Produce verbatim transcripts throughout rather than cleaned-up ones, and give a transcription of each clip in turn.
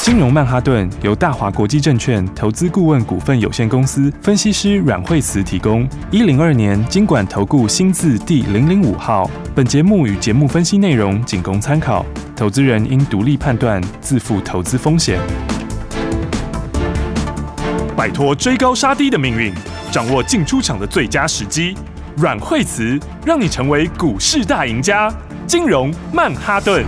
金融曼哈顿由大华国际证券投资顾问股份有限公司分析师阮惠慈提供。一零二年金管投顾新字第零零五号。本节目与节目分析内容仅供参考，投资人应独立判断，自负投资风险。摆脱追高杀低的命运，掌握进出场的最佳时机。阮惠慈让你成为股市大赢家。金融曼哈顿。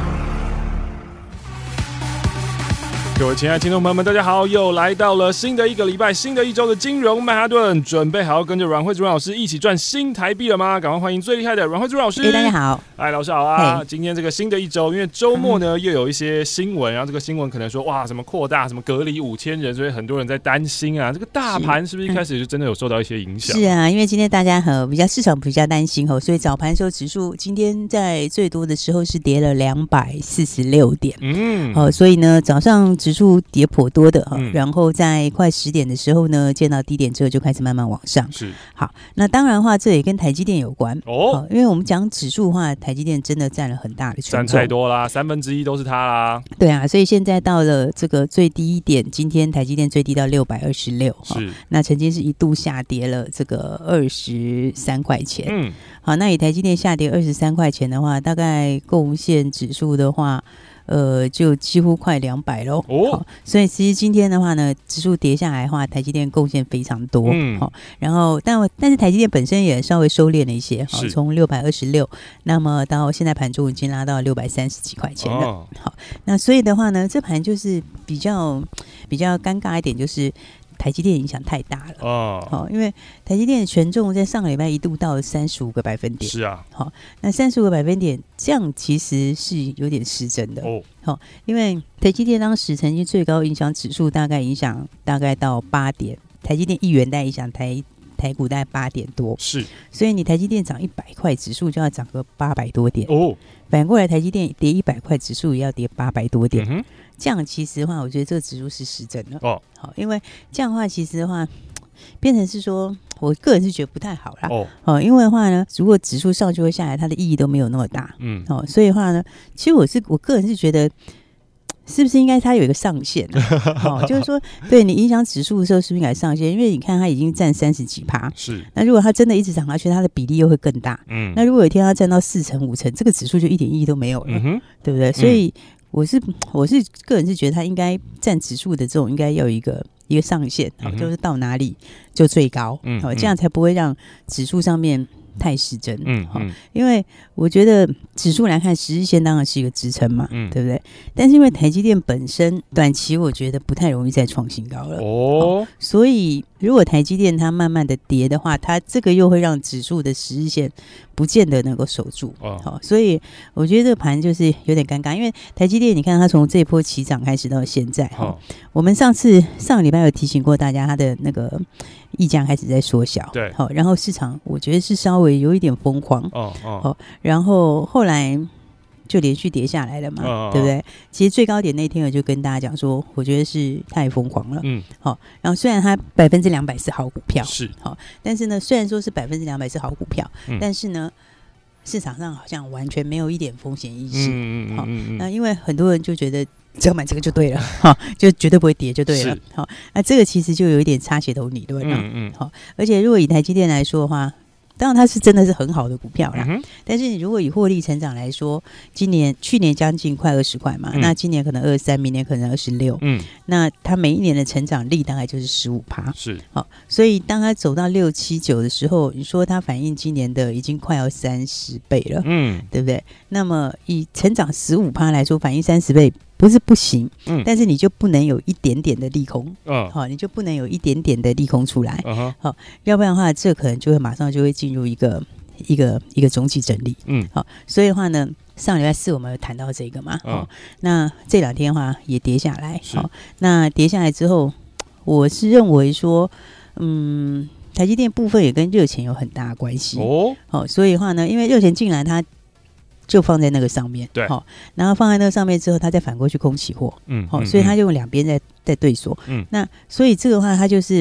各位亲爱的听众朋友们，大家好，又来到了新的一个礼拜、新的一周的金融曼哈顿，准备好跟着阮惠慈阮老师一起赚新台币了吗？赶快欢迎最厉害的阮惠慈阮老师。 哎、欸，大家好， 哎，老师好啊！今天这个新的一周，因为周末呢、嗯、又有一些新闻，然后这个新闻可能说哇，什么扩大，什么隔离五千人，所以很多人在担心啊，这个大盘是不是一开始就真的有受到一些影响？ 是啊，因为今天大家很比较市场比较担心哦，所以早盘的时候指数今天在最多的时候是跌了两百四十六点，嗯，哦，所以呢早上指数跌破多的、嗯、然后在快十点的时候呢，见到低点之后就开始慢慢往上。 是好，那当然的话，这也跟台积电有关哦，因为我们讲指数的话，台积电真的占了很大的权重， 占太多啦，三分之一都是它啦。 对啊，所以现在到了这个最低点，今天台积电最低到六百二十六，是、哦、那曾经是一度下跌了这个二十三块钱。嗯，好，那以台积电下跌二十三块钱的话，大概贡献指数的话。呃，就几乎快两百喽。哦，所以其实今天的话呢，指数跌下来的话，台积电贡献非常多。嗯，好，然后但但是台积电本身也稍微收敛了一些，好，从六百二十六，那么到现在盘中已经拉到六百三十几块钱了。哦、好，那所以的话呢，这盘就是比较比较尴尬一点，就是台积电影响太大了哦，好，因为台积电的权重在上个礼拜一度到了三十五个百分点， 是啊， 好，那三十五个百分点，这样其实是有点失真的哦，好，因为台积电当时曾经最高影响指数大概影响大概到八点，台积电一元大概影响台台股大概八点多， 是， 所以你台积电涨一百块，指数就要涨个八百多点哦，反过来台积电跌一百块，指数也要跌八百多点。嗯，这样其实的话，我觉得这个指数是失真的哦。好，因为这样的话，其实的话，变成是说，我个人是觉得不太好啦。哦，哦，因为的话呢，如果指数上去会下来，它的意义都没有那么大。嗯，哦，所以的话呢，其实我是我个人是觉得，是不是应该它有一个上限、啊？哦，就是说，对你影响指数的时候，是不是应该上限？因为你看它已经占三十几趴，是。那如果它真的一直涨下去，它的比例又会更大。嗯。那如果有一天它占到四成五成，这个指数就一点意义都没有了，嗯、对不对？所以。嗯，我是我是个人是觉得它应该占指数的这种应该要有一个一个上限、嗯、就是到哪里就最高、嗯嗯、这样才不会让指数上面太失真。嗯嗯，因为我觉得指数来看，十日线当然是一个支撑嘛，嗯，对不对？但是因为台积电本身短期我觉得不太容易再创新高了哦，所以如果台积电它慢慢的跌的话，它这个又会让指数的十日线不见得能够守住哦，好，所以我觉得这个盘就是有点尴尬，因为台积电你看它从这一波起涨开始到现在哈、哦，我们上次上个礼拜有提醒过大家，它的那个溢价开始在缩小，对，好，然后市场我觉得是稍微有一点疯狂哦哦，好，然后后来就连续跌下来了嘛，哦、对不对？其实最高点那天我就跟大家讲说，我觉得是太疯狂了，嗯，好，然后虽然它百分之两百是好股票，是好，但是呢，虽然说是百分之两百是好股票，嗯、但是呢，市场上好像完全没有一点风险意识，嗯嗯嗯嗯，那因为很多人就觉得。只要买这个就对了，哈，就绝对不会跌就对了，好，那这个其实就有一点擦鞋头理论了，嗯嗯，好，而且如果以台积电来说的话，当然它是真的是很好的股票啦，嗯、但是你如果以获利成长来说，今年去年将近快二十块嘛，嗯、那今年可能二十三，明年可能二十六，嗯，那它每一年的成长率大概就是十五趴，是，好，所以当它走到六七九的时候，你说它反映今年的已经快要三十倍了，嗯，对不对？那么以成长十五趴来说，反映三十倍。不是不行、嗯，但是你就不能有一点点的利空，嗯，好，你就不能有一点点的利空出来，嗯、好，要不然的话，这可能就会马上就会进入一个一个一个中期整理，嗯，好，所以的话呢，上礼拜四我们有谈到这个嘛，好、嗯，那这两天的话也跌下来，好，那跌下来之后，我是认为说，嗯，台积电部分也跟热钱有很大的关系，哦，好，所以的话呢，因为热钱进来它。就放在那个上面，对，好、哦，然后放在那个上面之后，他再反过去空期货，嗯，好、哦，所以他就用两边在在对锁，嗯，那所以这个话，它就是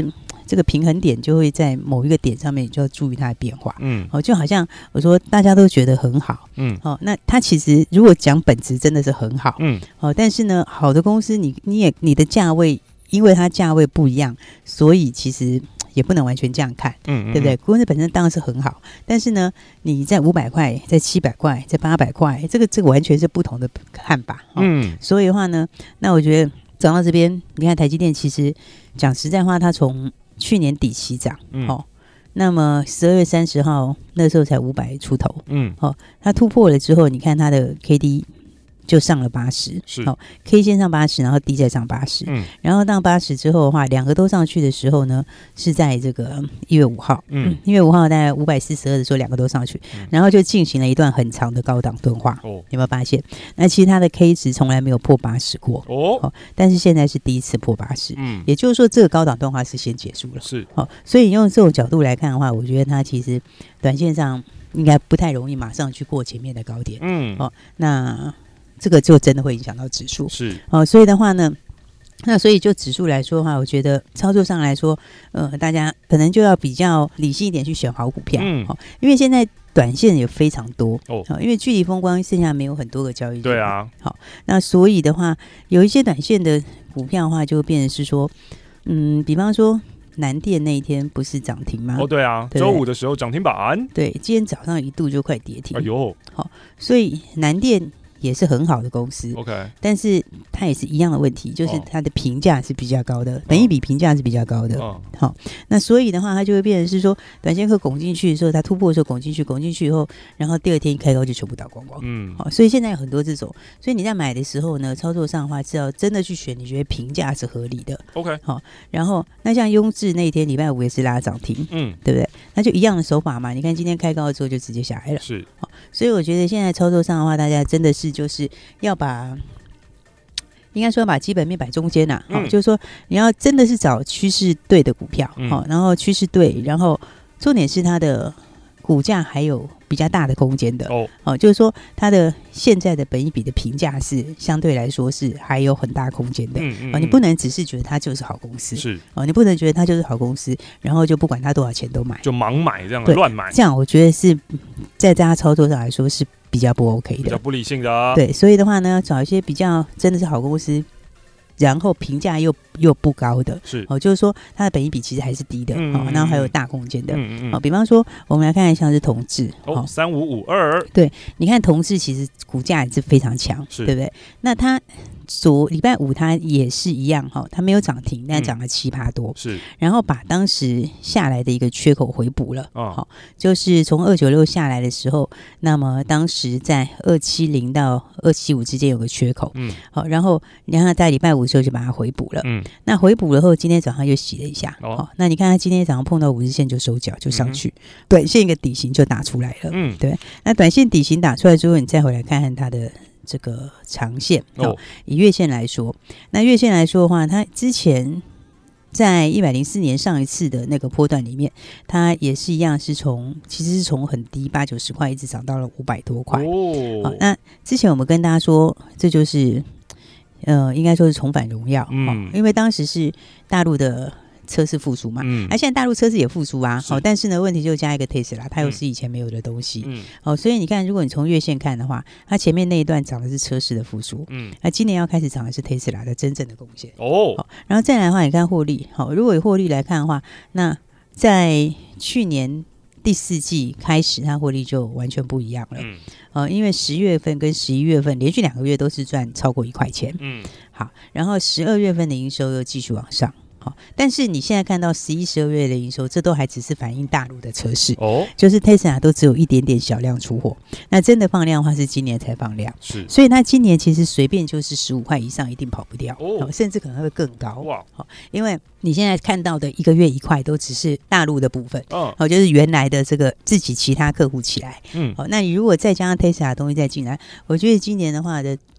这个平衡点就会在某一个点上面，你就要注意它的变化。 嗯， 哦，就好像我说大家都觉得很好， 嗯， 哦，那它其实如果讲本质真的是很好， 嗯， 哦，但是呢，好的公司你你也你的价位，因为它价位不一样，所以其实也不能完全这样看， 嗯， 对不对？公司本身当然是很好，但是呢，你在五百块、在七百块、在八百块，这个这个完全是不同的看法，哦、 嗯， 所以的话呢，那我觉得涨到这边，你看台积电其实讲实在话，它从去年底起涨， 嗯， 哦，那么十二月三十号那时候才五百出头， 嗯， 哦，它突破了之后，你看它的 K D。就上了八十， 是好、哦、，K 线上八十，然后 D 再上八十，嗯，然后到八十之后的话，两个都上去的时候呢，是在这个一月五号，嗯，一月五号大概五百四十二的时候，两个都上去，嗯，然后就进行了一段很长的高档钝化，哦，有没有发现？那其实它的 K 值从来没有破八十过，哦，哦，但是现在是第一次破八十，嗯，也就是说这个高档钝化是先结束了， 是， 哦，所以用这种角度来看的话，我觉得它其实短线上应该不太容易马上去过前面的高点，嗯，哦，那。这个就真的会影响到指数， 是哦，所以的话呢，那所以就指数来说的话，我觉得操作上来说，呃，大家可能就要比较理性一点去选好股票，嗯，哦，因为现在短线也非常多哦，因为距离风光剩下没有很多个交易日， 对啊， 好，那所以的话，有一些短线的股票的话，就变成是说，嗯，比方说南电那一天不是涨停吗？ 哦，对啊，周五的时候涨停板， 对，今天早上一度就快跌停， 哎呦， 好，所以南电。也是很好的公司 ，OK， 但是它也是一样的问题，就是它的评价是比较高的，本益比评价是比较高的。 哦， 好，那所以的话，它就会变成是说，短线客拱进去的时候，它突破的时候拱进去，拱进去以后，然后第二天一开高就全部倒光光。嗯，好，所以现在有很多这种，所以你在买的时候呢，操作上的话是要真的去选，你觉得评价是合理的。 OK， 好，然后那像雍智那一天礼拜五也是拉涨停，嗯，对不对？那就一样的手法嘛。你看今天开高之后就直接下来了， 是。 好，所以我觉得现在操作上的话，大家真的是就是要把，应该说把基本面摆中间呐、啊，嗯、就是说你要真的是找趋势对的股票，嗯、然后趋势对，然后重点是它的股价还有比较大的空间的哦，哦，就是说它的现在的本益比的评价是相对来说是还有很大空间的，嗯嗯嗯哦，你不能只是觉得它就是好公司， 是哦，你不能觉得它就是好公司，然后就不管它多少钱都买， 就盲买这样乱买， 这样我觉得是在大家操作上来说是比较不 OK 的， 比较不理性的啊。 对，所以的话呢，找一些比较真的是好公司。然后评价又又不高的， 是哦，就是说它的本益比其实还是低的， 嗯、 哦，然后还有大空间的， 嗯嗯哦，比方说我们来看像是同志， 哦，三五五二， 对，你看同志其实股价也是非常强，对不对？那它昨礼拜五它也是一样哈，它没有涨停，但涨了七趴多， 是， 然后把当时下来的一个缺口回补了， 哦， 好，就是从二九六下来的时候，那么当时在二七零到二七五之间有个缺口，嗯，好，然后你看它在礼拜五的时候就把它回补了，嗯，那回补了后，今天早上又洗了一下，哦，哦那你看它今天早上碰到五日线就收脚就上去，嗯、短线一个底型就打出来了，嗯，对，那短线底型打出来之后，你再回来看看它的。这个长线哦，以月线来说，那月线来说的话，它之前在一百零四年上一次的那个波段里面，它也是一样，是从其实是从很低八九十块一直涨到了五百多块。哦，好，那之前我们跟大家说，这就是呃，应该说是重返荣耀，嗯，因为当时是大陆的。车市复苏嘛，嗯，而、啊、现在大陆车市也复苏啊，好、哦，但是呢，问题就加一个 Tesla， 它又是以前没有的东西，嗯，哦，所以你看，如果你从月线看的话，它前面那一段涨的是车市的复苏，嗯，那、啊、今年要开始涨的是 Tesla 的真正的贡献，哦，哦，然后再来的话，你看获利，好、哦，如果以获利来看的话，那在去年第四季开始，它获利就完全不一样了，嗯，呃，因为十月份跟十一月份连续两个月都是赚超过一块钱，嗯，好，然后十二月份的营收又继续往上。但是你现在看到十一、十二月的营收，这都还只是反映大陆的车市哦，就是 Tesla 都只有一点点小量出货，那真的放量的话是今年才放量，是，所以它今年其实随便就是十五块以上一定跑不掉哦，甚至可能会更高哇，好，因为你现在看到的一个月一块都只是大陆的部分，哦，好，就是原来的这个自己其他客户起来，嗯，好，那你如果再加上 Tesla 的东西再进来，我觉得今年的话的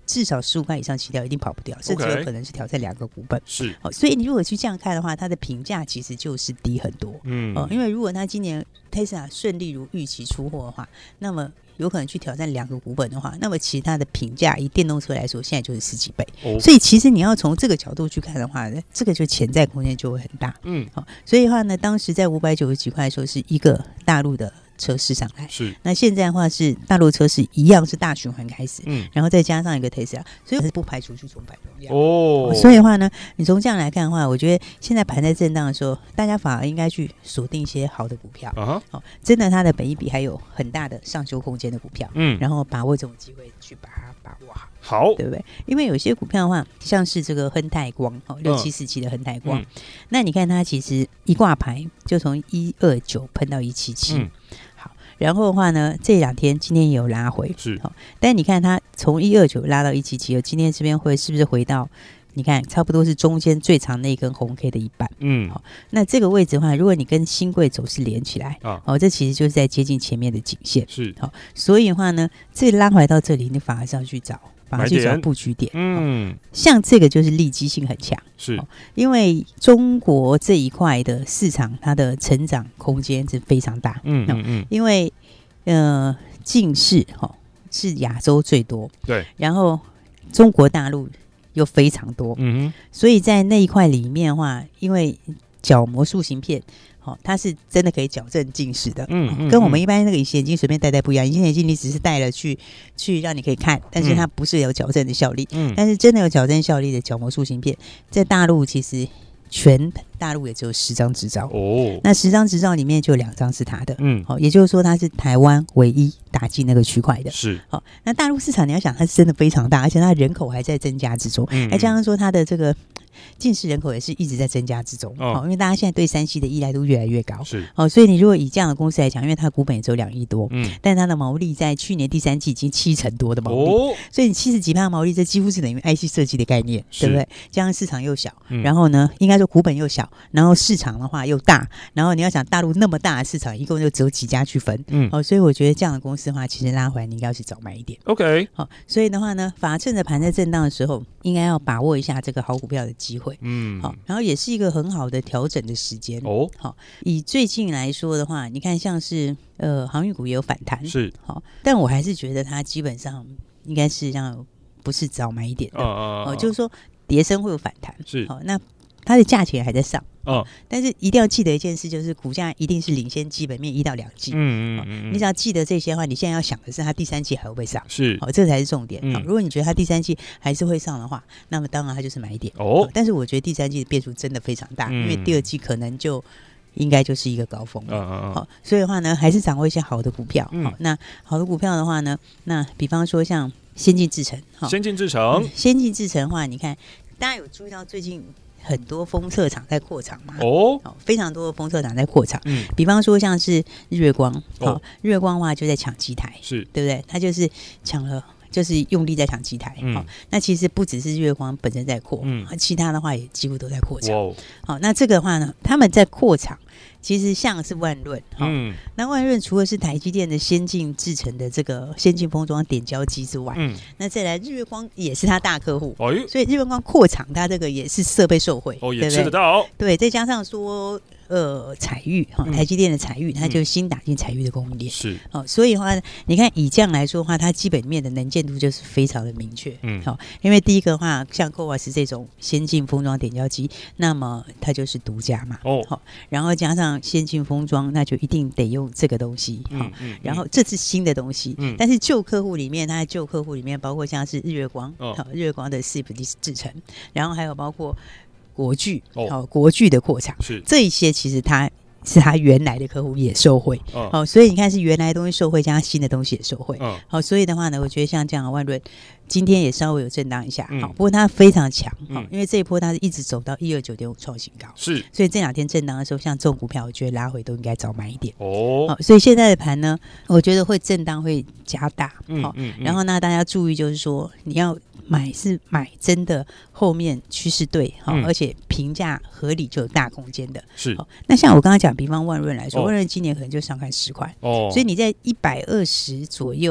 至少十五块以上起跳一定跑不掉，甚至有可能是挑战两个股本。 是、 哦，所以你如果去这样看的话，它的评价其实就是低很多。嗯，哦，因为如果它今年 Tesla 顺利如预期出货的话，那么有可能去挑战两个股本的话，那么其他的评价以电动车来说，现在就是十几倍。哦、所以其实你要从这个角度去看的话，这个就潜在空间就会很大。嗯，好、哦，所以的话呢，当时在五百九十几块的时候，是一个大陆的车市上来， 是那现在的话是大陆车市一样是大循环开始，嗯，然后再加上一个 Tesla， 所以是不排除去重返荣耀哦。所以的话呢，你从这样来看的话，我觉得现在盘在震荡的时候，大家反而应该去锁定一些好的股票，啊、哦，真的它的本益比还有很大的上修空间的股票，嗯，然后把握这种机会去把它把握好。 好， 对不对？因为有些股票的话，像是这个亨泰光，哦，六七四七的亨泰光，嗯、那你看它其实一挂牌就从一二九喷到一七七，好，然后的话呢，这两天今天也有拉回， 是， 好，但你看它从一二九拉到一七七，今天这边会是不是回到？你看，差不多是中间最长那一根红 K 的一半，嗯，好，那这个位置的话，如果你跟新贵走势连起来，啊，哦，这其实就是在接近前面的颈线， 是， 好，所以的话呢，这拉回到这里，你反而是要去找。反而去找布局点，嗯、哦，像这个就是利基性很强， 是、 哦，因为中国这一块的市场，它的成长空间是非常大，嗯嗯嗯，因为呃，近视哈、哦、是亚洲最多， 对， 然后中国大陆又非常多，嗯哼，所以在那一块里面的话，因为角膜塑形片。哦，它是真的可以矫正近视的，嗯，嗯，跟我们一般那个隐形眼镜随便戴戴不一样。隐形眼镜你只是戴了去去让你可以看，但是它不是有矫正的效力，嗯，但是真的有矫正效力的角膜塑形片，在大陆其实全大陆也只有十张执照哦，那十张执照里面就有两张是它的，嗯，好、哦，也就是说它是台湾唯一打进那个区块的， 是， 好、哦，那大陆市场你要想它是真的非常大，而且它人口还在增加之中，嗯，还加上说它的这个。近视人口也是一直在增加之中，哦，因为大家现在对三 C 的依赖度越来越高， 是， 哦，所以你如果以这样的公司来讲，因为它的股本也只有两亿多，嗯，但它的毛利在去年第三季已经七成多的毛利，哦，所以你七十几%毛利，这几乎是等于 I C 设计的概念，对不对？加上市场又小，嗯，然后呢，应该说股本又小，然后市场的话又大，然后你要想大陆那么大的市场，一共就只有几家去分，嗯，哦，所以我觉得这样的公司的话，其实拉回来你应该要去早买一点 ，OK， 好，所以的话呢，反而趁着盘在震荡的时候，应该要把握一下这个好股票的机会，嗯。好，然后也是一个很好的调整的时间哦。好，以最近来说的话，你看像是呃航运股也有反弹， 是好，但我还是觉得它基本上应该是让不是早买一点的，哦、呃呃，就是说跌升会有反弹， 是好，那它的价钱还在上。哦，但是一定要记得一件事，就是股价一定是领先基本面一到两季。嗯嗯嗯，你只要记得这些的话，你现在要想的是它第三季还会不会上？ 是， 好，这才是重点。好、嗯，如果你觉得它第三季还是会上的话，那么当然它就是买点。哦，但是我觉得第三季的变数真的非常大，嗯、因为第二季可能就应该就是一个高峰了。嗯嗯嗯。好，所以的话呢，还是掌握一些好的股票。嗯、好，那好的股票的话呢，那比方说像先进制程， 先进制程、嗯， 先进制程的话，你看大家有注意到最近？很多封测厂在扩厂嘛，哦，非常多的封测厂在扩厂，嗯，比方说像是日月光，哦，哦日月光的话就在抢机台， 是对不对？他就是抢了，就是用力在抢机台，嗯，哦，那其实不只是日月光本身在扩，嗯，其他的话也几乎都在扩厂，哦，好，那这个的话呢，他们在扩厂。其实像是万润，嗯，那万润除了是台积电的先进制程的这个先进封装点胶机之外，嗯，那再来日月光也是他大客户，哦，所以日月光扩厂，它这个也是设备受惠， 哦，也吃得到， 对，再加上说。呃，彩玉哈，台积电的彩玉，它就新打进彩玉的供应链， 是哦，所以的话，你看以这样来说的话，它基本面的能见度就是非常的明确，嗯，好，因为第一个的话，像 C O A S 这种先进封装点胶机，那么它就是独家嘛，哦，好，然后加上先进封装，那就一定得用这个东西，好，嗯，然后这是新的东西，嗯，但是旧客户里面，它的旧客户里面包括像是日月光，好，日月光的 S I P 制程，然后还有包括。国巨哦，哦，国巨的扩厂是这一些，其实它是它原来的客户也受惠，哦，哦，所以你看是原来的东西受惠，加上新的东西也受惠，嗯，好，所以的话呢，我觉得像这样的万润今天也稍微有震荡一下，好，嗯，不过它非常强，好，嗯，因为这一波它是一直走到一二九点五创新高， 是， 所以这两天震荡的时候，像这种股票，我觉得拉回都应该早买一点，哦，好，所以现在的盘呢，我觉得会震荡会加大，嗯，好，嗯，然后呢，大家注意就是说你要。买是买真的后面趋势对，嗯，而且评价合理就有大空间的。 是， 那像我刚刚讲，比方万润来说，哦，万润今年可能就上看十块，哦，所以你在一百二十左右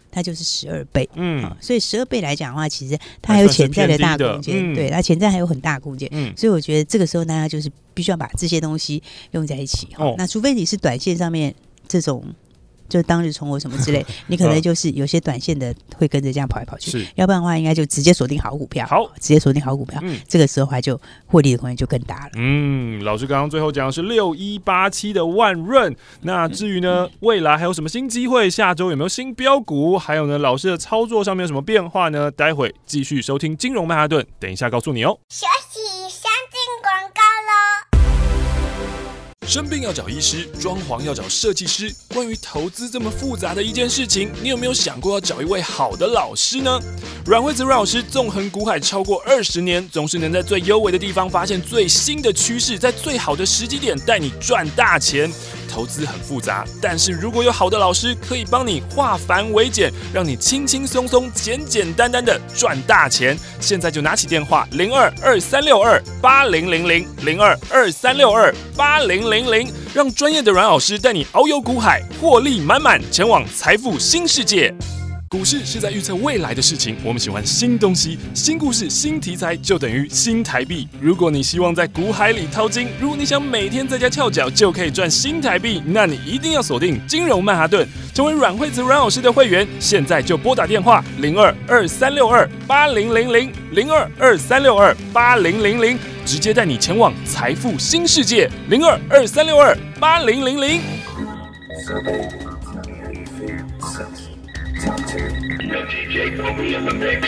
它就是十二倍，嗯、哦，所以十二倍来讲的话，其实它还有潜在的大空间，嗯、对，它潜在还有很大空间，嗯，所以我觉得这个时候大家就是必须要把这些东西用在一起，哦，那除非你是短线上面这种。就当日冲或什么之类，你可能就是有些短线的会跟着这样跑来跑去，要不然的话，应该就直接锁定好股票，好，直接锁定好股票，嗯、这个时候还就获利的空间就更大了。 嗯，老师刚刚最后讲的是六一八七的万润，那至于呢、嗯、未来还有什么新机会，下周有没有新标股，还有呢老师的操作上面有什么变化呢？待会继续收听金融曼哈顿，等一下告诉你哦。 休息，先进广告喽。 生病要找医师，装潢要找设计师。关于投资这么复杂的一件事情，你有没有想过要找一位好的老师呢？阮惠慈阮老师纵横股海超过二十年，总是能在最优微的地方发现最新的趋势，在最好的时机点带你赚大钱。投资很复杂，但是如果有好的老师，可以帮你化繁为简，让你轻轻松松、简简单单的赚大钱。现在就拿起电话零二二三六二八零零零零二二三六二八零零零，让专业的阮老师带你遨游股海，获利满满，前往财富新世界。股市是在预测未来的事情，我们喜欢新东西、新故事、新题材，就等于新台币。如果你希望在股海里淘金，如果你想每天在家翘脚就可以赚新台币，那你一定要锁定金融曼哈顿，成为阮惠慈阮老师的会员。现在就拨打电话零二二三六二八零零零零二二三六二八零零零，直接带你前往财富新世界。零二二三六二八零零零。No D J will be in the mix.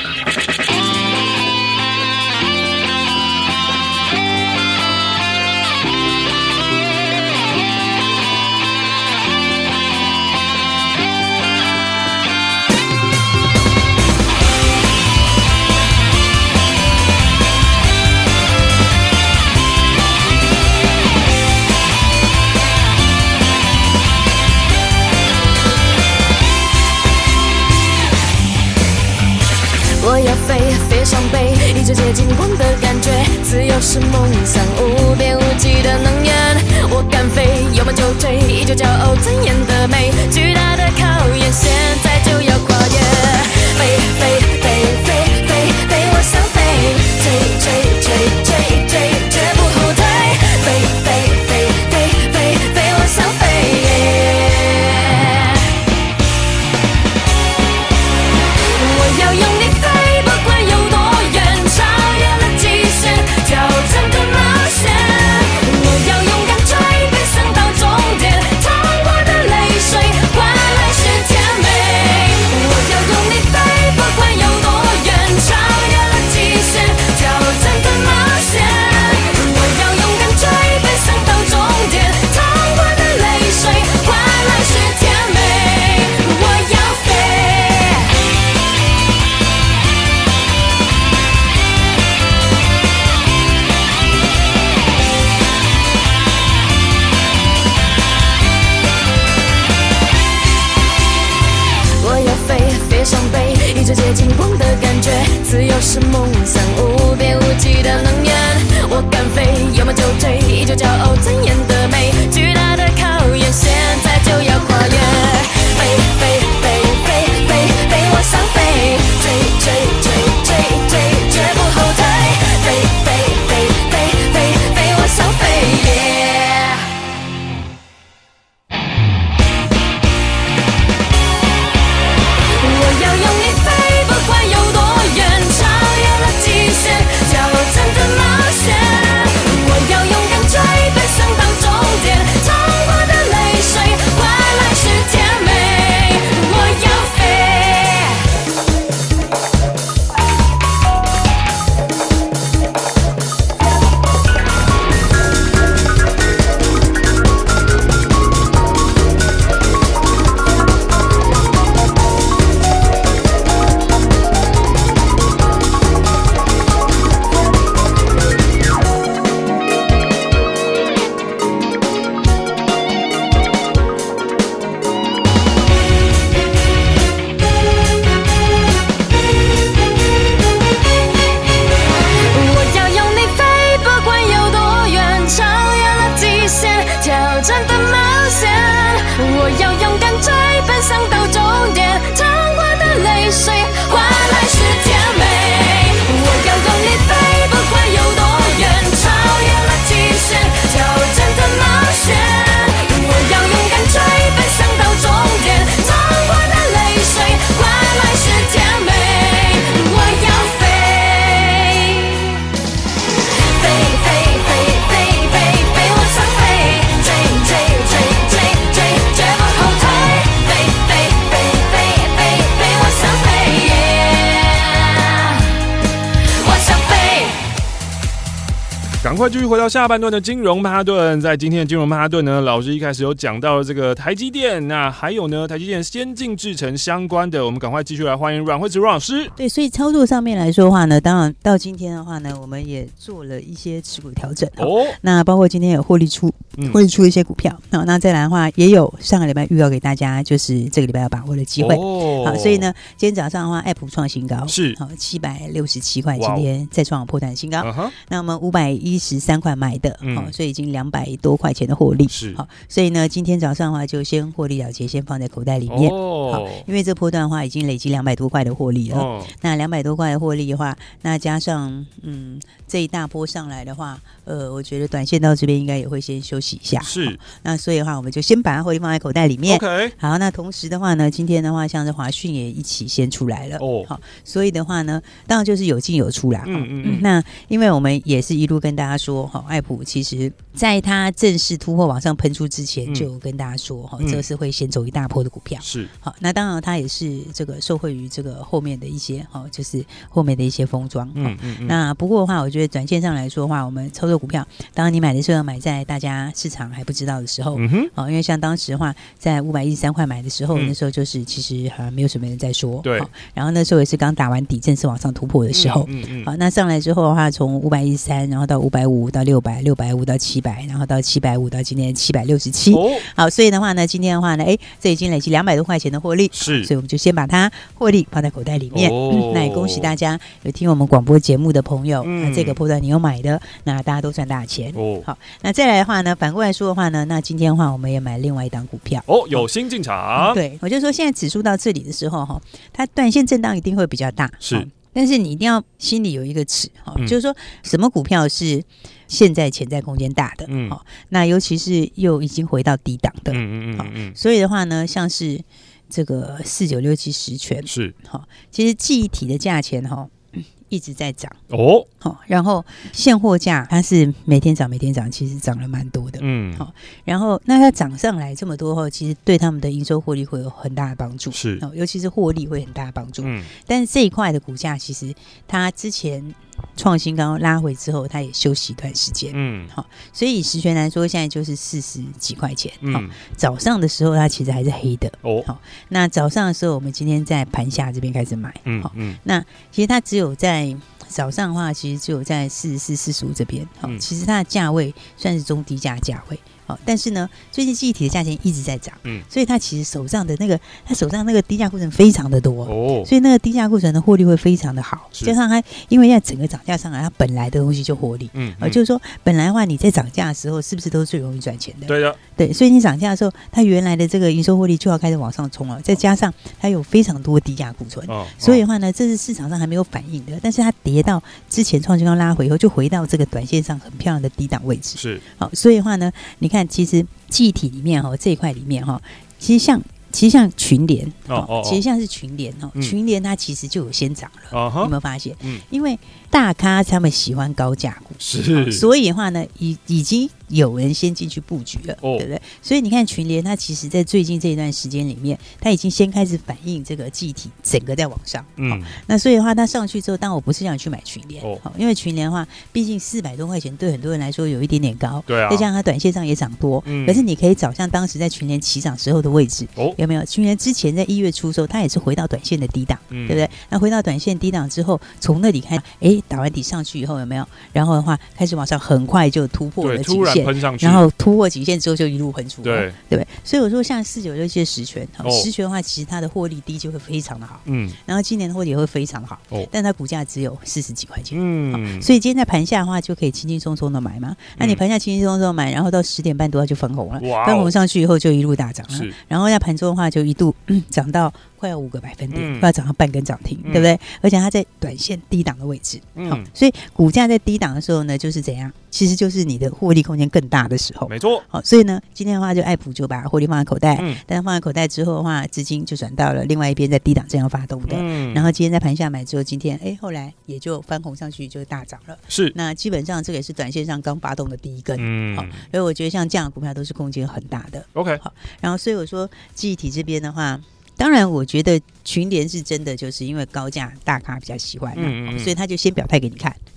我要飞，飞上北，一直接近光的感觉，自由是梦想，无边无际的能源。我敢飞，油门就追，依旧骄傲尊严的美，巨大的考验，现在就要跨越。飞飞飞飞飞飞，我想飞，追追追追追，绝不后退。飞飞飞飞飞飞，我想飞。我要用力飞。接近光的感觉，自由是梦想，无边无际的能源。我敢飞，油门就追，依旧骄傲尊严的美，巨大的考验，现在就要跨越。飞飞飞飞飞飞，我想飞，追追追追追，绝不后退。飞飞飞飞飞飞，我想飞。Yeah我要用力飞，不管有多远，超越了极赶快继续回到下半段的金融曼哈顿。在今天的金融曼哈顿呢，老师一开始有讲到了这个台积电，那还有呢台积电先进制程相关的，我们赶快继续来欢迎阮惠慈阮老师。 对，所以操作上面来说的话呢，当然到今天的话呢，我们也做了一些持股调整哦。那包括今天有获利出，获利出一些股票。好、嗯，那再来的话，也有上个礼拜预告给大家，就是这个礼拜要把握的机会。哦，好，所以呢，今天早上的话，爱普创新高，是好七百六十七块，今天再创破断新高。Uh-huh. 那我们五百一十三块买的，嗯哦，所以已经两百多块钱的获利。是好，所以呢，今天早上的话就先获利了结，先放在口袋里面。哦，好，因为这波段的话已经累积两百多块的获利了。哦，那两百多块的获利的话，那加上嗯这一大波上来的话，呃，我觉得短线到这边应该也会先休息一下。是，那所以的话，我们就先把它获利放在口袋里面。OK， 好，那同时的话呢，今天的话，像是华讯也一起先出来了。哦，好，所以的话呢，当然就是有进有出啦。嗯嗯嗯。那因为我们也是一路跟大家说，哈，爱普其实在它正式突破往上喷出之前，就跟大家说，哈、嗯，这是会先走一大波的股票。是，好，那当然它也是这个受惠于这个后面的一些，哈，就是后面的一些封装。嗯嗯嗯。那不过的话，我觉得短线上来说的话，我们操作股票，当然你买的时候买在大家市场还不知道的时候，嗯哼，好，因为像当时的话，在五百一十三块买的时候、嗯，那时候就是其实好像没有什么人在说，对。然后那时候也是刚打完底，正式往上突破的时候，嗯嗯嗯。好，那上来之后的话，从五百一十三，然后到五百五到六百，六百五到七百，然后到七百五到今天七百六十七。好，所以的话呢，今天的话呢，哎，这已经累积两百多块钱的获利，是，所以我们就先把它获利放在口袋里面。哦嗯、那也恭喜大家有听我们广播节目的朋友，嗯、那这个波段你有买的，那大家都赚大钱。哦，好，那再来的话呢，反过来说的话呢，那今天的话我们也买另外一档股票。哦，有新进场。嗯、对，我就说现在指数到这里的时候哈，它短线震荡一定会比较大。是。但是你一定要心里有一个尺、嗯、就是说什么股票是现在潜在空间大的、嗯、那尤其是又已经回到低档的、嗯嗯嗯、所以的话呢，像是这个四九六七十醛是，其实记忆体的价钱一直在涨哦，好，然后现货价它是每天涨，每天涨，其实涨了蛮多的，嗯，好，然后那它涨上来这么多后，其实对他们的营收获利会有很大的帮助，是，尤其是获利会很大的帮助，嗯，但是这一块的股价其实它之前创新高拉回之后，它也休息一段时间，嗯，好，所以以十醛来说，现在就是四十几块钱，嗯，早上的时候它其实还是黑的，哦，好，那早上的时候我们今天在盘下这边开始买，嗯，好，嗯，那其实它只有在早上的话，其实只有在四十四、四十五这边，好、嗯，其实它的价位算是中低价价位。好，但是呢，最近记忆体的价钱一直在涨，嗯，所以他其实手上的那个，他手上那个低价库存非常的多，哦，所以那个低价库存的获利会非常的好，加上它因为现在整个涨价上来，它本来的东西就获利，嗯，呃，就是说本来的话你在涨价的时候，是不是都是最容易赚钱的？对的，对，所以你涨价的时候，它原来的这个营收获利就要开始往上冲了，再加上它有非常多低价库存，哦，所以的话呢，这是市场上还没有反应的，但是它跌到之前创新高拉回以后，就回到这个短线上很漂亮的低档位置，是，好，所以的话呢，你看。其实记忆体里面哈，这一块里面哈，其实像其实像群联哦，哦，其实像是群联哈，嗯，群联它其实就有先涨了，哦，有没有发现？嗯，因为大咖他们喜欢高价股，是，所以的话呢，已已经有人先进去布局了，哦，对不对？所以你看群联，它其实在最近这一段时间里面，它已经先开始反映这个记忆体整个在往上，嗯，哦，那所以的话，它上去之后，当然我不是想去买群联，哦，因为群联的话，毕竟四百多块钱对很多人来说有一点点高，对啊，再加上它短线上也涨多，嗯，可是你可以找像当时在群联起涨时候的位置，哦，有没有？群联之前在一月初的时候，它也是回到短线的低档，嗯，对不对？那回到短线低档之后，从那里开始，哎，打完底上去以后有没有？然后的话开始往上，很快就突破了颈线，然后突破颈线之后就一路喷出，对，对不对？所以我说像四九六七十醛，哦，十醛的话，其实它的获利低就会非常的好，嗯，然后今年的获利也会非常的好，哦，但它股价只有四十几块钱，嗯，所以今天在盘下的话就可以轻轻松松的买嘛。那你盘下轻轻松松买，然后到十点半多它就分红了，分红上去以后就一路大涨了，然后在盘中的话就一度嗯涨到快要五个百分点，嗯，快要涨到半根涨停，嗯，对不对？而且它在短线低档的位置，嗯，好，所以股价在低档的时候呢，就是怎样？其实就是你的获利空间更大的时候，没错。好，所以呢，今天的话就爱普就把获利放在口袋，嗯，但是放在口袋之后的话，资金就转到了另外一边，在低档这样发动的，嗯，然后今天在盘下买之后，今天哎后来也就翻红上去，就大涨了。是，那基本上这个也是短线上刚发动的第一根，嗯，好，所以我觉得像这样的股票都是空间很大的。OK， 好，然后所以我说记忆体这边的话。当然，我觉得群联是真的，就是因为高价大咖比较喜欢嘛，嗯嗯，所以他就先表态给你看，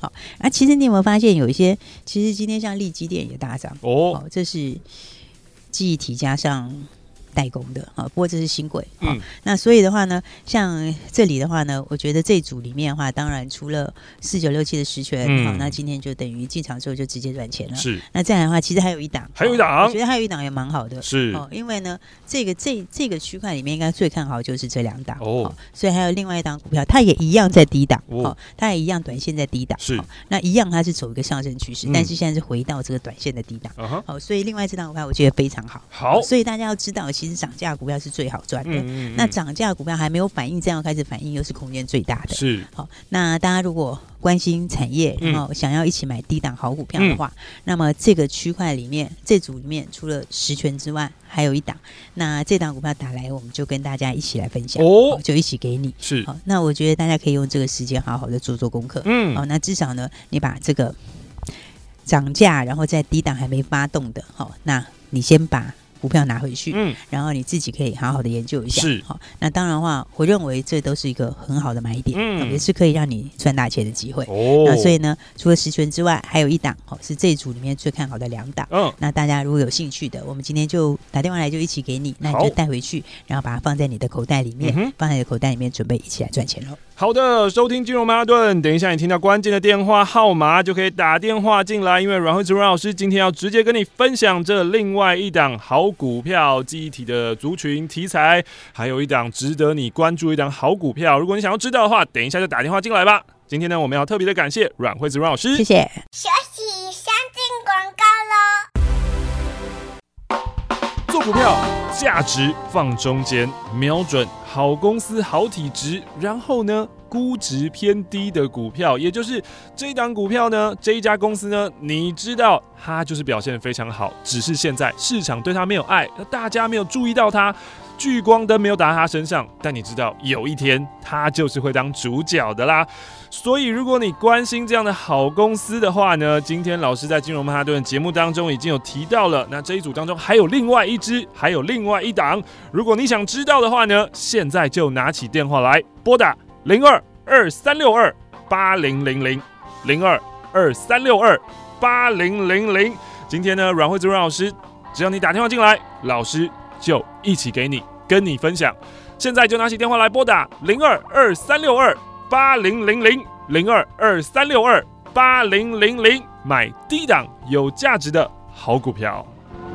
好，啊，其实你有没有发现有一些，其实今天像力积电也大涨哦，这是记忆体加上代工的啊，不过这是新贵，嗯，那所以的话呢，像这里的话呢，我觉得这组里面的话，当然除了四九六七的实权，好、嗯，那今天就等于进场之后就直接赚钱了。是，那再来的话，其实还有一档， 还有一档， 我觉得还有一档也蛮好的，是哦，因为呢，这个这这个区块里面应该最看好就是这两档哦，所以还有另外一档股票，它也一样在低档哦，它也一样短线在低档，是，那一样它是走一个上升趋势，嗯、但是现在是回到这个短线的低档，好、uh-huh 哦，所以另外这档股票我觉得非常好，好，所以大家要知道，其实涨价股票是最好赚的，嗯嗯嗯，那涨价股票还没有反应，这样开始反应又是空间最大的。是，好，那大家如果关心产业，然后想要一起买低档好股票的话，嗯、那么这个区块里面，这组里面除了实权之外，还有一档。那这档股票打来，我们就跟大家一起来分享，哦，就一起给你。是，好，那我觉得大家可以用这个时间好好的做做功课。嗯，好，那至少呢，你把这个涨价，然后在低档还没发动的，好，那你先把股票拿回去，嗯，然后你自己可以好好的研究一下，是好。那当然的话，我认为这都是一个很好的买点，嗯，也是可以让你赚大钱的机会。哦，那所以呢，除了实权之外，还有一档哦，是这一组里面最看好的两档。嗯，那大家如果有兴趣的，我们今天就打电话来就一起给你，那你就带回去，然后把它放在你的口袋里面，嗯、放在你的口袋里面，准备一起来赚钱喽。 好的，收听金融曼哈顿，等一下你听到关键的电话号码就可以打电话进来，因为阮慧慈阮老师今天要直接跟你分享这另外一档好股票，记忆体的族群题材，还有一档值得你关注一档好股票。如果你想要知道的话，等一下就打电话进来吧。今天呢，我们要特别的感谢阮慧慈阮老师， 谢谢。 休息，先进广告喽。 做股票，价值放中间，瞄准好公司、好体质，然后呢，估值偏低的股票，也就是这一档股票呢，这一家公司呢，你知道它就是表现得非常好，只是现在市场对它没有爱，大家没有注意到它。聚光灯没有打在他身上，但你知道有一天他就是会当主角的啦。所以如果你关心这样的好公司的话呢，今天老师在金融曼哈顿节目当中已经有提到了，那这一组当中还有另外一支，还有另外一档。如果你想知道的话呢，现在就拿起电话来拨打零二二三六二八零零零零二二三六二八零零零。今天呢，阮慧慈阮老师，只要你打电话进来，老师就一起给你，跟你分享。现在就拿起电话来拨打零二二三六二八零零零零二二三六二八零零零，买低档有价值的好股票。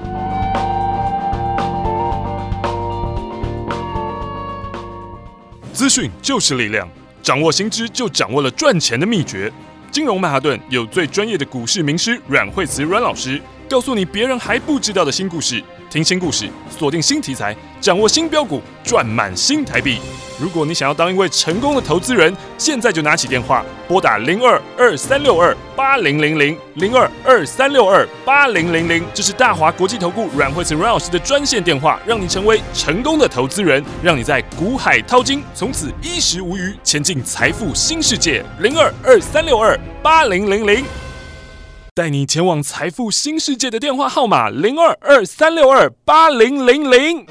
资讯就是力量，掌握新知就掌握了赚钱的秘诀。金融曼哈顿有最专业的股市名师阮慧慈阮老师，告诉你别人还不知道的新故事。听新故事，锁定新题材，掌握新标股，赚满新台币。如果你想要当一位成功的投资人，现在就拿起电话拨打零二二三六二八零零零零二二三六二八零零零，这是大华国际投顾阮慧慈阮老师的专线电话，让你成为成功的投资人，让你在股海淘金，从此衣食无虞，前进财富新世界。零二二三六二八零零零。带你前往财富新世界的电话号码零二二三六二八零零零。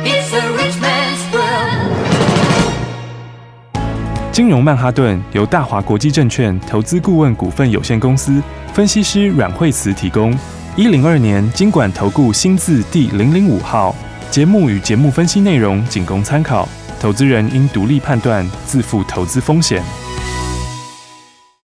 金融曼哈顿由大华国际证券投资顾问股份有限公司分析师阮慧慈提供。一零二年金管投顾新字第零零五号。节目与节目分析内容仅供参考，投资人应独立判断，自负投资风险。